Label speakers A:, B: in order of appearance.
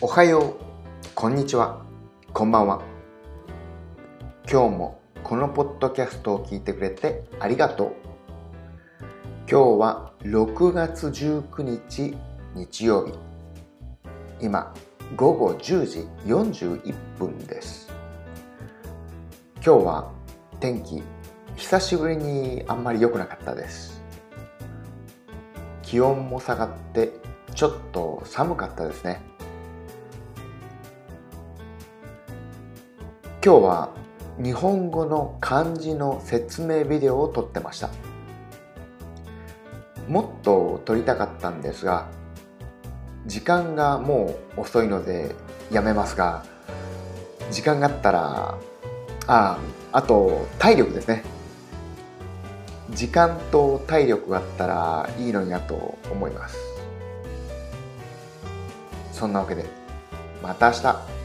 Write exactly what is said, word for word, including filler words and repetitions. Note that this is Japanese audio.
A: おはよう、こんにちは、こんばんは。今日もこのポッドキャストを聞いてくれてありがとう。今日はろくがつじゅうくにち日曜日。今ごごじゅうじよんじゅういっぷんです。今日は天気久しぶりにあんまり良くなかったです。気温も下がってちょっと寒かったですね。今日は日本語の漢字の説明ビデオを撮ってました。もっと撮りたかったんですが、時間がもう遅いのでやめますが、時間があったら、あ、あと体力ですね。時間と体力があったらいいのになと思います。そんなわけで、また明日。